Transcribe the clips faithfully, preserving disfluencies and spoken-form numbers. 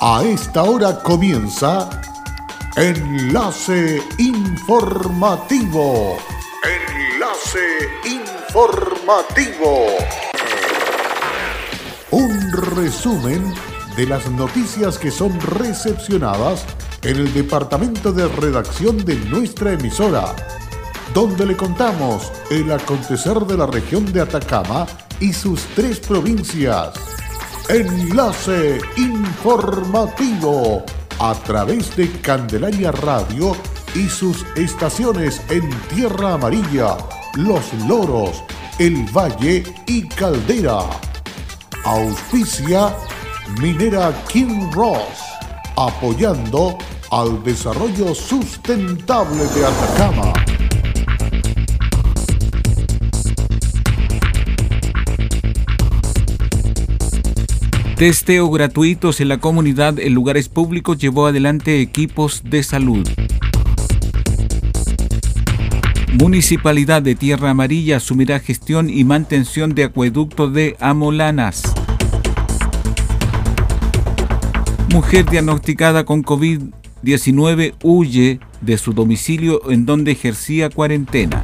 A esta hora comienza Enlace Informativo. Enlace Informativo. Un resumen de las noticias que son recepcionadas en el departamento de redacción de nuestra emisora, donde le contamos el acontecer de la región de Atacama y sus tres provincias. Enlace Informativo a través de Candelaria Radio y sus estaciones en Tierra Amarilla, Los Loros, El Valle y Caldera. Auspicia Minera Kinross, apoyando al desarrollo sustentable de Atacama. Testeo gratuitos en la comunidad en lugares públicos llevó adelante equipos de salud. Municipalidad de Tierra Amarilla asumirá gestión y mantención de acueducto de Amolanas. Mujer diagnosticada con COVID diecinueve huye de su domicilio en donde ejercía cuarentena.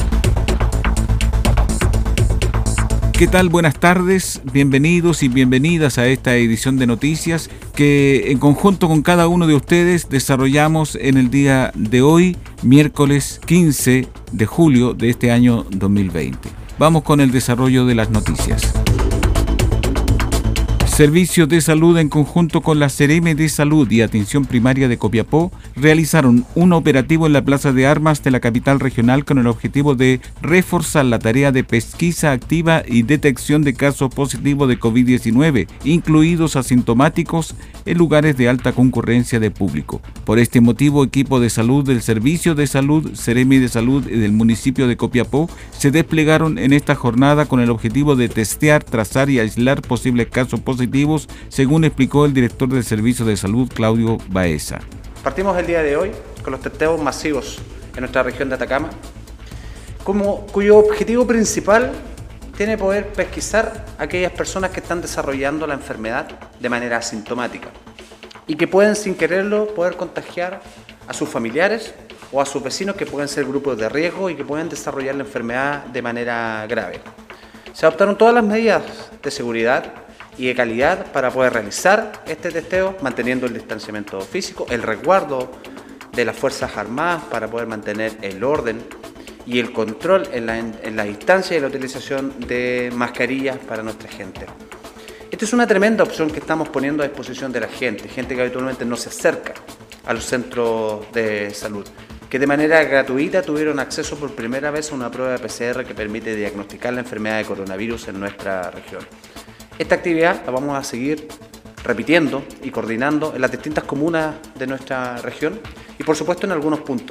¿Qué tal? Buenas tardes, bienvenidos y bienvenidas a esta edición de noticias que en conjunto con cada uno de ustedes desarrollamos en el día de hoy, miércoles quince de julio de este año dos mil veinte. Vamos con el desarrollo de las noticias. Servicios de Salud en conjunto con la Seremi de Salud y Atención Primaria de Copiapó realizaron un operativo en la Plaza de Armas de la capital regional con el objetivo de reforzar la tarea de pesquisa activa y detección de casos positivos de COVID diecinueve, incluidos asintomáticos, en lugares de alta concurrencia de público. Por este motivo, equipo de salud del Servicio de Salud, Seremi de Salud y del municipio de Copiapó se desplegaron en esta jornada con el objetivo de testear, trazar y aislar posibles casos positivos, según explicó el director del Servicio de Salud, Claudio Baeza. Partimos el día de hoy con los testeos masivos en nuestra región de Atacama, como, cuyo objetivo principal tiene poder pesquisar a aquellas personas que están desarrollando la enfermedad de manera asintomática y que pueden, sin quererlo, poder contagiar a sus familiares o a sus vecinos, que pueden ser grupos de riesgo y que pueden desarrollar la enfermedad de manera grave. Se adoptaron todas las medidas de seguridad y de calidad para poder realizar este testeo, manteniendo el distanciamiento físico, el resguardo de las Fuerzas Armadas para poder mantener el orden y el control en la, en la distancia y la utilización de mascarillas para nuestra gente. Esta es una tremenda opción que estamos poniendo a disposición de la gente, gente que habitualmente no se acerca a los centros de salud, que de manera gratuita tuvieron acceso por primera vez a una prueba de P C R que permite diagnosticar la enfermedad de coronavirus en nuestra región. Esta actividad la vamos a seguir repitiendo y coordinando en las distintas comunas de nuestra región y por supuesto en algunos puntos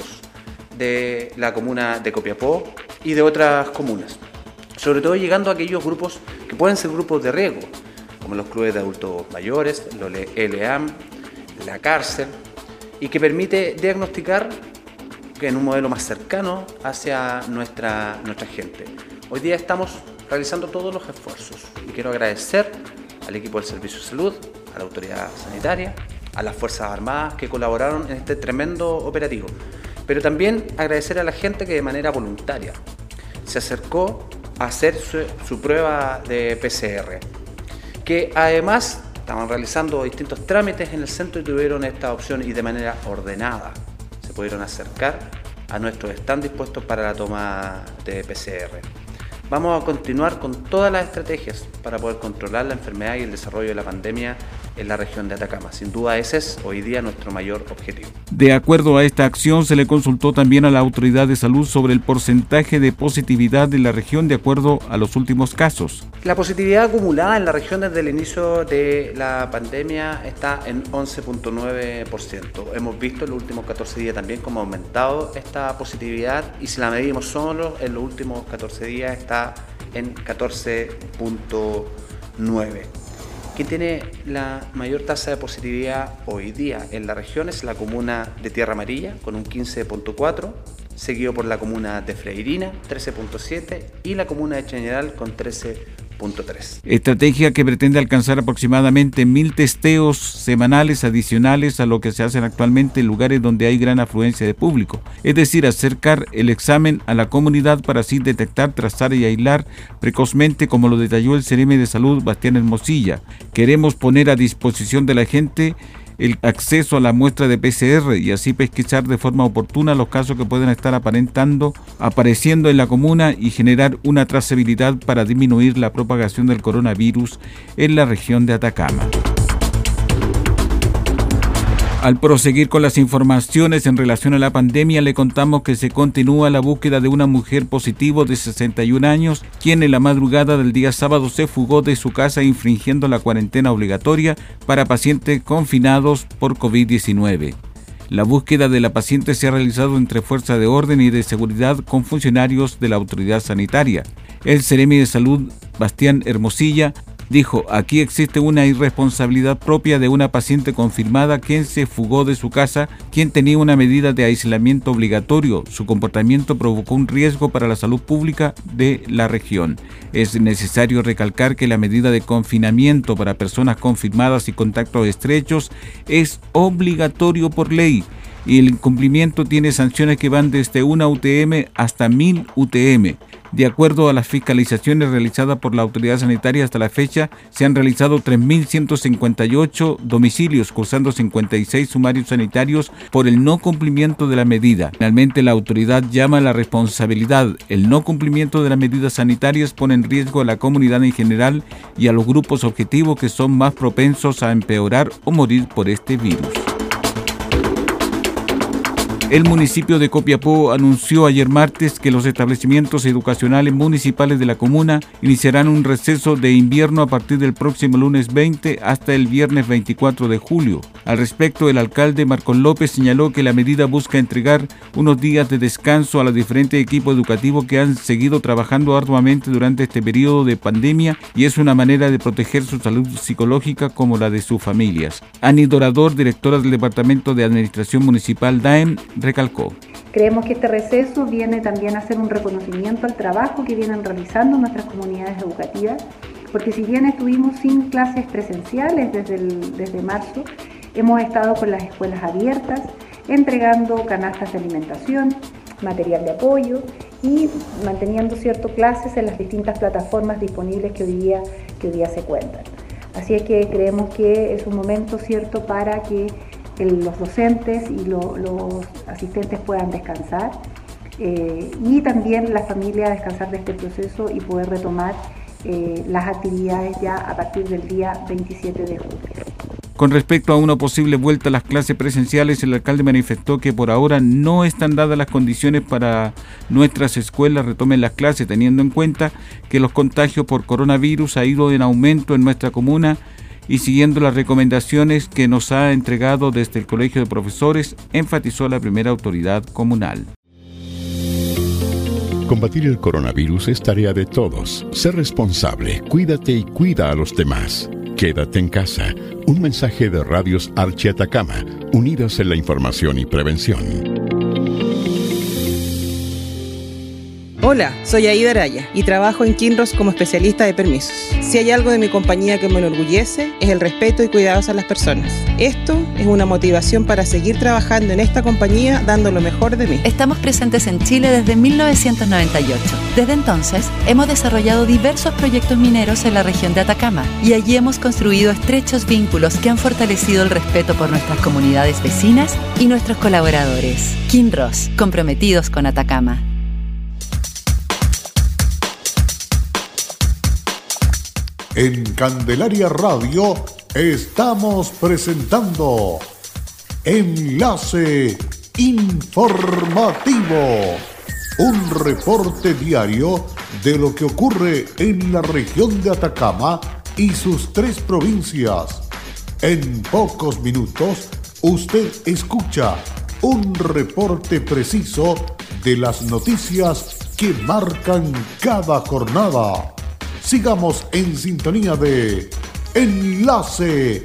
de la comuna de Copiapó y de otras comunas, sobre todo llegando a aquellos grupos que pueden ser grupos de riesgo, como los clubes de adultos mayores, los L A M, la cárcel, y que permite diagnosticar en un modelo más cercano hacia nuestra, nuestra gente. Hoy día estamos realizando todos los esfuerzos y quiero agradecer al equipo del Servicio de Salud, a la autoridad sanitaria, a las Fuerzas Armadas que colaboraron en este tremendo operativo, pero también agradecer a la gente que de manera voluntaria se acercó a hacer su, su prueba de P C R, que además estaban realizando distintos trámites en el centro y tuvieron esta opción y de manera ordenada se pudieron acercar a nuestros stand dispuestos para la toma de P C R. Vamos a continuar con todas las estrategias para poder controlar la enfermedad y el desarrollo de la pandemia en la región de Atacama. Sin duda ese es hoy día nuestro mayor objetivo. De acuerdo a esta acción, se le consultó también a la autoridad de salud sobre el porcentaje de positividad de la región de acuerdo a los últimos casos. La positividad acumulada en la región desde el inicio de la pandemia está en once punto nueve por ciento. Hemos visto en los últimos catorce días también cómo ha aumentado esta positividad y si la medimos solo en los últimos catorce días está en catorce punto nueve. Quien tiene la mayor tasa de positividad hoy día en la región es la comuna de Tierra Amarilla, con un quince punto cuatro, seguido por la comuna de Freirina, trece punto siete, y la comuna de Chañaral, con trece punto tres. Estrategia que pretende alcanzar aproximadamente mil testeos semanales adicionales a lo que se hacen actualmente en lugares donde hay gran afluencia de público, es decir, acercar el examen a la comunidad para así detectar, trazar y aislar precozmente, como lo detalló el Seremi de Salud Bastián Hermosilla. Queremos poner a disposición de la gente el acceso a la muestra de P C R y así pesquisar de forma oportuna los casos que pueden estar aparentando, apareciendo en la comuna y generar una trazabilidad para disminuir la propagación del coronavirus en la región de Atacama. Al proseguir con las informaciones en relación a la pandemia, le contamos que se continúa la búsqueda de una mujer positivo de sesenta y un años, quien en la madrugada del día sábado se fugó de su casa infringiendo la cuarentena obligatoria para pacientes confinados por COVID diecinueve. La búsqueda de la paciente se ha realizado entre fuerzas de orden y de seguridad con funcionarios de la autoridad sanitaria. El Seremi de Salud, Bastián Hermosilla, dijo: aquí existe una irresponsabilidad propia de una paciente confirmada quien se fugó de su casa, quien tenía una medida de aislamiento obligatorio. Su comportamiento provocó un riesgo para la salud pública de la región. Es necesario recalcar que la medida de confinamiento para personas confirmadas y contactos estrechos es obligatorio por ley y el incumplimiento tiene sanciones que van desde una U T M hasta mil U T M. De acuerdo a las fiscalizaciones realizadas por la autoridad sanitaria hasta la fecha, se han realizado tres mil ciento cincuenta y ocho domicilios, cursando cincuenta y seis sumarios sanitarios por el no cumplimiento de la medida. Finalmente, la autoridad llama a la responsabilidad. El no cumplimiento de las medidas sanitarias pone en riesgo a la comunidad en general y a los grupos objetivos que son más propensos a empeorar o morir por este virus. El municipio de Copiapó anunció ayer martes que los establecimientos educacionales municipales de la comuna iniciarán un receso de invierno a partir del próximo lunes veinte hasta el viernes veinticuatro de julio. Al respecto, el alcalde Marcos López señaló que la medida busca entregar unos días de descanso a los diferentes equipos educativos que han seguido trabajando arduamente durante este periodo de pandemia y es una manera de proteger su salud psicológica como la de sus familias. Ani Dorador, directora del Departamento de Administración Municipal D A E M, recalcó: creemos que este receso viene también a hacer un reconocimiento al trabajo que vienen realizando nuestras comunidades educativas, porque si bien estuvimos sin clases presenciales desde, el, desde marzo, hemos estado con las escuelas abiertas, entregando canastas de alimentación, material de apoyo y manteniendo cierto clases en las distintas plataformas disponibles que hoy día, que hoy día se cuentan. Así es que creemos que es un momento cierto para que el, los docentes y lo, los asistentes puedan descansar eh, y también la familia descansar de este proceso y poder retomar eh, las actividades ya a partir del día veintisiete de julio. Con respecto a una posible vuelta a las clases presenciales, el alcalde manifestó que por ahora no están dadas las condiciones para nuestras escuelas retomen las clases, teniendo en cuenta que los contagios por coronavirus ha ido en aumento en nuestra comuna y siguiendo las recomendaciones que nos ha entregado desde el Colegio de Profesores, enfatizó la primera autoridad comunal. Combatir el coronavirus es tarea de todos. Sé responsable, cuídate y cuida a los demás. Quédate en casa. Un mensaje de Radios Archi Atacama, unidos en la información y prevención. Hola, soy Aida Araya y trabajo en Kinross como especialista de permisos. Si hay algo de mi compañía que me enorgullece, es el respeto y cuidados a las personas. Esto es una motivación para seguir trabajando en esta compañía dando lo mejor de mí. Estamos presentes en Chile desde mil novecientos noventa y ocho. Desde entonces, hemos desarrollado diversos proyectos mineros en la región de Atacama y allí hemos construido estrechos vínculos que han fortalecido el respeto por nuestras comunidades vecinas y nuestros colaboradores. Kinross, comprometidos con Atacama. En Candelaria Radio estamos presentando Enlace Informativo, un reporte diario de lo que ocurre en la región de Atacama y sus tres provincias. En pocos minutos, usted escucha un reporte preciso de las noticias que marcan cada jornada. Sigamos en sintonía de Enlace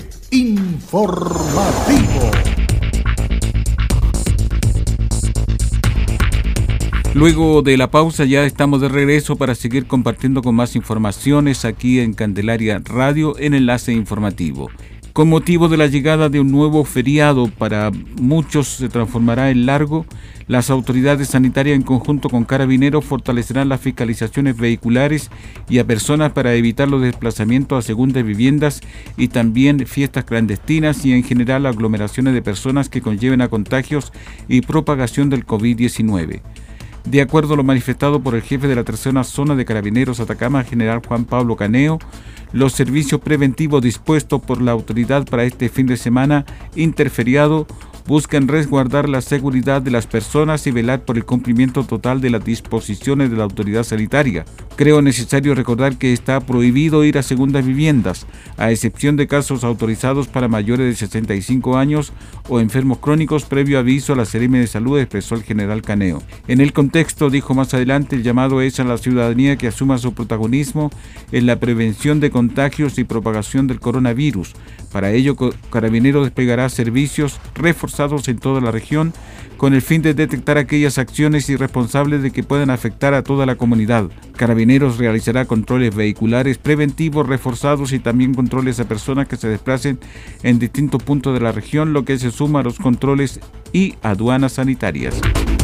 Informativo. Luego de la pausa ya estamos de regreso para seguir compartiendo con más informaciones aquí en Candelaria Radio en Enlace Informativo. Con motivo de la llegada de un nuevo feriado, para muchos se transformará en largo, las autoridades sanitarias en conjunto con Carabineros fortalecerán las fiscalizaciones vehiculares y a personas para evitar los desplazamientos a segundas viviendas y también fiestas clandestinas y en general aglomeraciones de personas que conlleven a contagios y propagación del COVID diecinueve. De acuerdo a lo manifestado por el jefe de la tercera zona de Carabineros Atacama, general Juan Pablo Caneo, los servicios preventivos dispuestos por la autoridad para este fin de semana interferiado buscan resguardar la seguridad de las personas y velar por el cumplimiento total de las disposiciones de la autoridad sanitaria. Creo necesario recordar que está prohibido ir a segundas viviendas, a excepción de casos autorizados para mayores de sesenta y cinco años o enfermos crónicos previo aviso a la Seremi de Salud, expresó el general Caneo. En el contexto, dijo más adelante, el llamado es a la ciudadanía que asuma su protagonismo en la prevención de contagios y propagación del coronavirus. Para ello, Carabineros desplegará servicios reforzados en toda la región con el fin de detectar aquellas acciones irresponsables de que puedan afectar a toda la comunidad. Carabineros realizará controles vehiculares preventivos reforzados y también controles a personas que se desplacen en distintos puntos de la región, lo que se suma a los controles y aduanas sanitarias.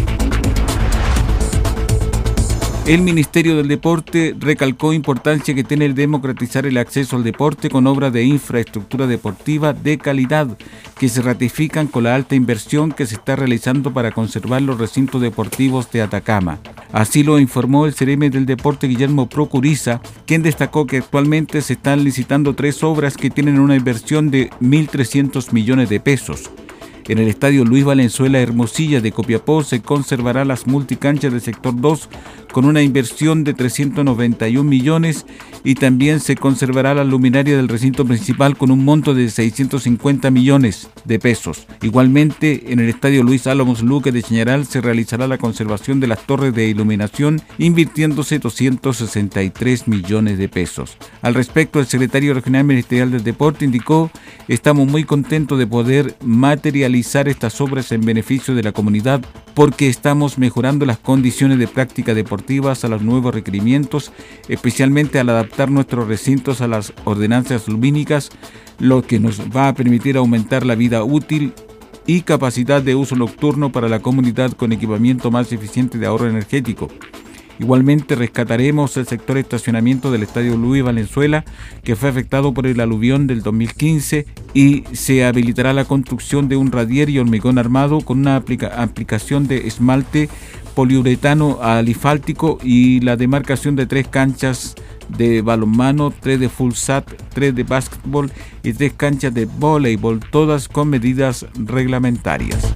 El Ministerio del Deporte recalcó importancia que tiene el democratizar el acceso al deporte con obras de infraestructura deportiva de calidad que se ratifican con la alta inversión que se está realizando para conservar los recintos deportivos de Atacama. Así lo informó el Seremi del Deporte Guillermo Procuriza, quien destacó que actualmente se están licitando tres obras que tienen una inversión de mil trescientos millones de pesos. En el estadio Luis Valenzuela Hermosilla de Copiapó se conservará las multicanchas del sector dos con una inversión de trescientos noventa y un millones y también se conservará la luminaria del recinto principal con un monto de seiscientos cincuenta millones de pesos. Igualmente, en el estadio Luis Álamos Luque de Chañaral se realizará la conservación de las torres de iluminación invirtiéndose doscientos sesenta y tres millones de pesos. Al respecto, el secretario regional ministerial del Deporte indicó: estamos muy contentos de poder materializar estas obras en beneficio de la comunidad porque estamos mejorando las condiciones de práctica deportivas a los nuevos requerimientos, especialmente al adaptar nuestros recintos a las ordenanzas lumínicas, lo que nos va a permitir aumentar la vida útil y capacidad de uso nocturno para la comunidad con equipamiento más eficiente de ahorro energético. Igualmente rescataremos el sector estacionamiento del estadio Luis Valenzuela, que fue afectado por el aluvión del dos mil quince, y se habilitará la construcción de un radier y hormigón armado con una aplica- aplicación de esmalte poliuretano alifáltico y la demarcación de tres canchas de balonmano, tres de full sat, tres de básquetbol y tres canchas de voleibol, todas con medidas reglamentarias.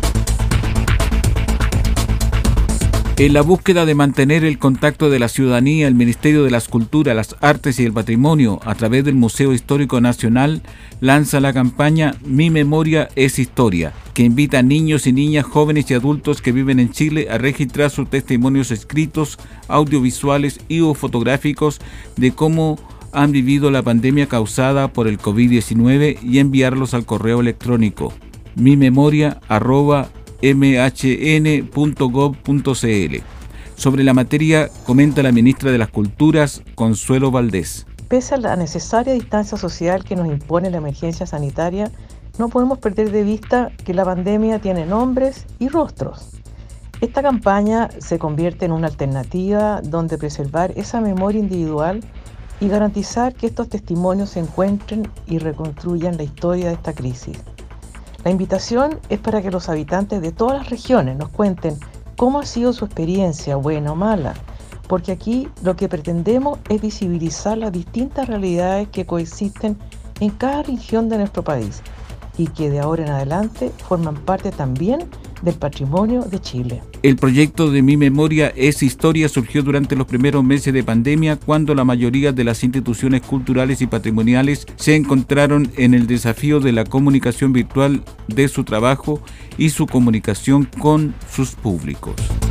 En la búsqueda de mantener el contacto de la ciudadanía, el Ministerio de las Culturas, las Artes y el Patrimonio, a través del Museo Histórico Nacional, lanza la campaña Mi Memoria es Historia, que invita a niños y niñas, jóvenes y adultos que viven en Chile a registrar sus testimonios escritos, audiovisuales y o fotográficos de cómo han vivido la pandemia causada por el COVID diecinueve y enviarlos al correo electrónico mimemoria arroba m h n punto gov punto c l. Sobre la materia comenta la ministra de las Culturas, Consuelo Valdés. Pese a la necesaria distancia social que nos impone la emergencia sanitaria, no podemos perder de vista que la pandemia tiene nombres y rostros. Esta campaña se convierte en una alternativa donde preservar esa memoria individual y garantizar que estos testimonios se encuentren y reconstruyan la historia de esta crisis. La invitación es para que los habitantes de todas las regiones nos cuenten cómo ha sido su experiencia, buena o mala, porque aquí lo que pretendemos es visibilizar las distintas realidades que coexisten en cada región de nuestro país y que de ahora en adelante forman parte también del patrimonio de Chile. El proyecto de Mi Memoria es Historia surgió durante los primeros meses de pandemia, cuando la mayoría de las instituciones culturales y patrimoniales se encontraron en el desafío de la comunicación virtual de su trabajo y su comunicación con sus públicos.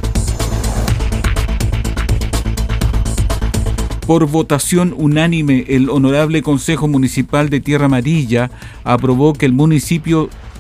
Por votación unánime, el Honorable Consejo Municipal de Tierra Amarilla aprobó que el municipio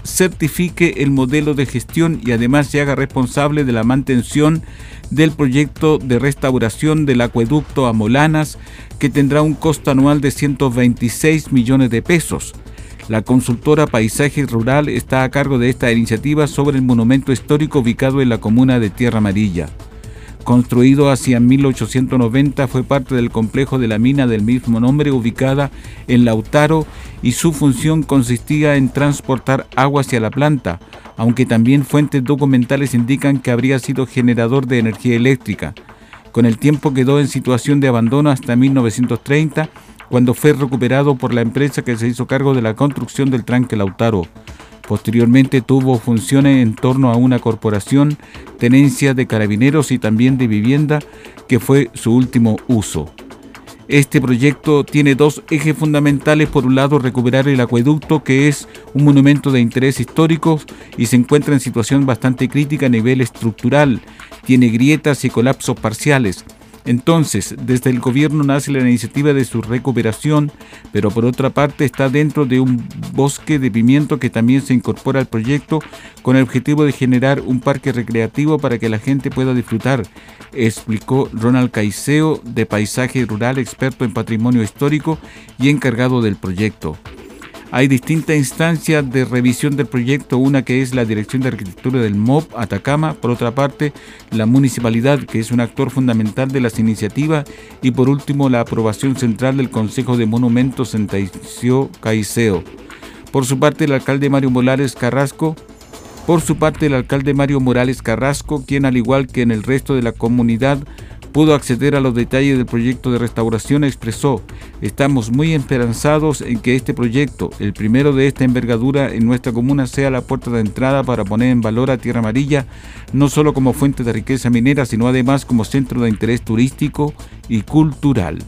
certifique el modelo de gestión y además se haga responsable de la mantención del proyecto de restauración del acueducto a Molanas, que tendrá un costo anual de ciento veintiséis millones de pesos. La consultora Paisaje Rural está a cargo de esta iniciativa sobre el monumento histórico ubicado en la comuna de Tierra Amarilla. Construido hacia mil ochocientos noventa, fue parte del complejo de la mina del mismo nombre ubicada en Lautaro, y su función consistía en transportar agua hacia la planta, aunque también fuentes documentales indican que habría sido generador de energía eléctrica. Con el tiempo quedó en situación de abandono hasta mil novecientos treinta, cuando fue recuperado por la empresa que se hizo cargo de la construcción del tranque Lautaro. Posteriormente tuvo funciones en torno a una corporación, tenencia de carabineros y también de vivienda, que fue su último uso. Este proyecto tiene dos ejes fundamentales. Por un lado, recuperar el acueducto, que es un monumento de interés histórico y se encuentra en situación bastante crítica a nivel estructural. Tiene grietas y colapsos parciales. Entonces, desde el gobierno nace la iniciativa de su recuperación, pero por otra parte está dentro de un bosque de pimiento que también se incorpora al proyecto con el objetivo de generar un parque recreativo para que la gente pueda disfrutar, explicó Ronald Caicedo, de Paisaje Rural, experto en patrimonio histórico y encargado del proyecto. Hay distintas instancias de revisión del proyecto, una que es la Dirección de Arquitectura del M O P Atacama, por otra parte la Municipalidad, que es un actor fundamental de las iniciativas, y por último la aprobación central del Consejo de Monumentos, sentenció Caicedo. Por su parte el alcalde Mario Morales Carrasco, por su parte el alcalde Mario Morales Carrasco, quien al igual que en el resto de la comunidad pudo acceder a los detalles del proyecto de restauración, expresó: estamos muy esperanzados en que este proyecto, el primero de esta envergadura en nuestra comuna, sea la puerta de entrada para poner en valor a Tierra Amarilla, no solo como fuente de riqueza minera, sino además como centro de interés turístico y cultural.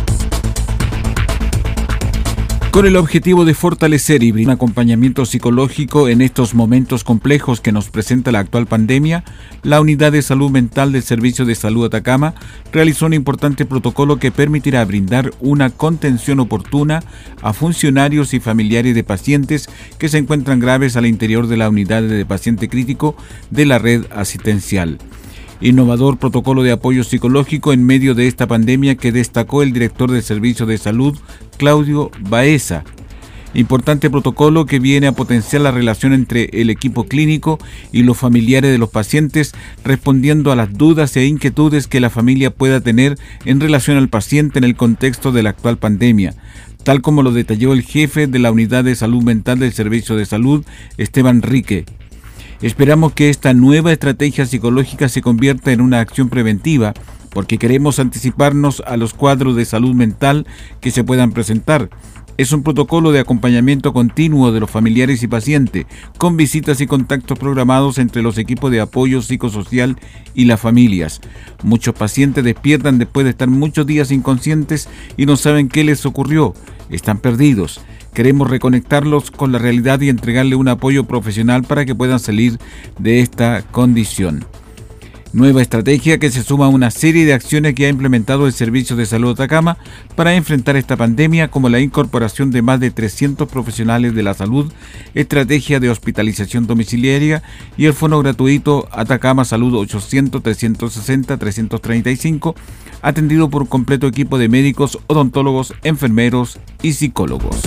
Con el objetivo de fortalecer y brindar un acompañamiento psicológico en estos momentos complejos que nos presenta la actual pandemia, la Unidad de Salud Mental del Servicio de Salud Atacama realizó un importante protocolo que permitirá brindar una contención oportuna a funcionarios y familiares de pacientes que se encuentran graves al interior de la unidad de paciente crítico de la red asistencial. Innovador protocolo de apoyo psicológico en medio de esta pandemia que destacó el director del Servicio de Salud, Claudio Baeza. Importante protocolo que viene a potenciar la relación entre el equipo clínico y los familiares de los pacientes, respondiendo a las dudas e inquietudes que la familia pueda tener en relación al paciente en el contexto de la actual pandemia, tal como lo detalló el jefe de la Unidad de Salud Mental del Servicio de Salud, Esteban Rique. Esperamos que esta nueva estrategia psicológica se convierta en una acción preventiva, porque queremos anticiparnos a los cuadros de salud mental que se puedan presentar. Es un protocolo de acompañamiento continuo de los familiares y pacientes, con visitas y contactos programados entre los equipos de apoyo psicosocial y las familias. Muchos pacientes despiertan después de estar muchos días inconscientes y no saben qué les ocurrió. Están perdidos. Queremos reconectarlos con la realidad y entregarle un apoyo profesional para que puedan salir de esta condición. Nueva estrategia que se suma a una serie de acciones que ha implementado el Servicio de Salud Atacama para enfrentar esta pandemia, como la incorporación de más de trescientos profesionales de la salud, estrategia de hospitalización domiciliaria y el fono gratuito Atacama Salud ochocientos, trescientos sesenta, trescientos treinta y cinco, atendido por un completo equipo de médicos, odontólogos, enfermeros y psicólogos.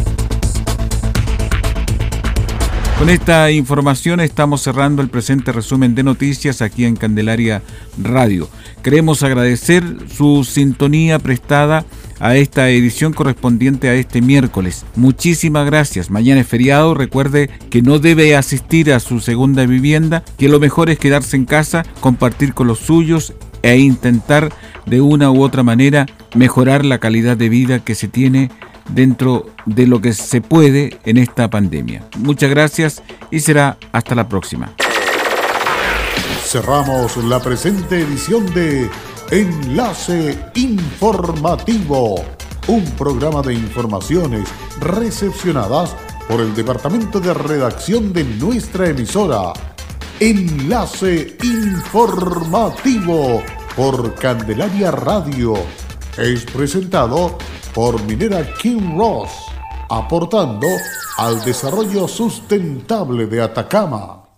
Con esta información estamos cerrando el presente resumen de noticias aquí en Candelaria Radio. Queremos agradecer su sintonía prestada a esta edición correspondiente a este miércoles. Muchísimas gracias. Mañana es feriado. Recuerde que no debe asistir a su segunda vivienda, que lo mejor es quedarse en casa, compartir con los suyos e intentar de una u otra manera mejorar la calidad de vida que se tiene dentro de lo que se puede en esta pandemia. Muchas gracias y será hasta la próxima. Cerramos la presente edición de Enlace Informativo, un programa de informaciones recepcionadas por el Departamento de Redacción de nuestra emisora. Enlace Informativo por Candelaria Radio es presentado por Minera Kinross, aportando al desarrollo sustentable de Atacama.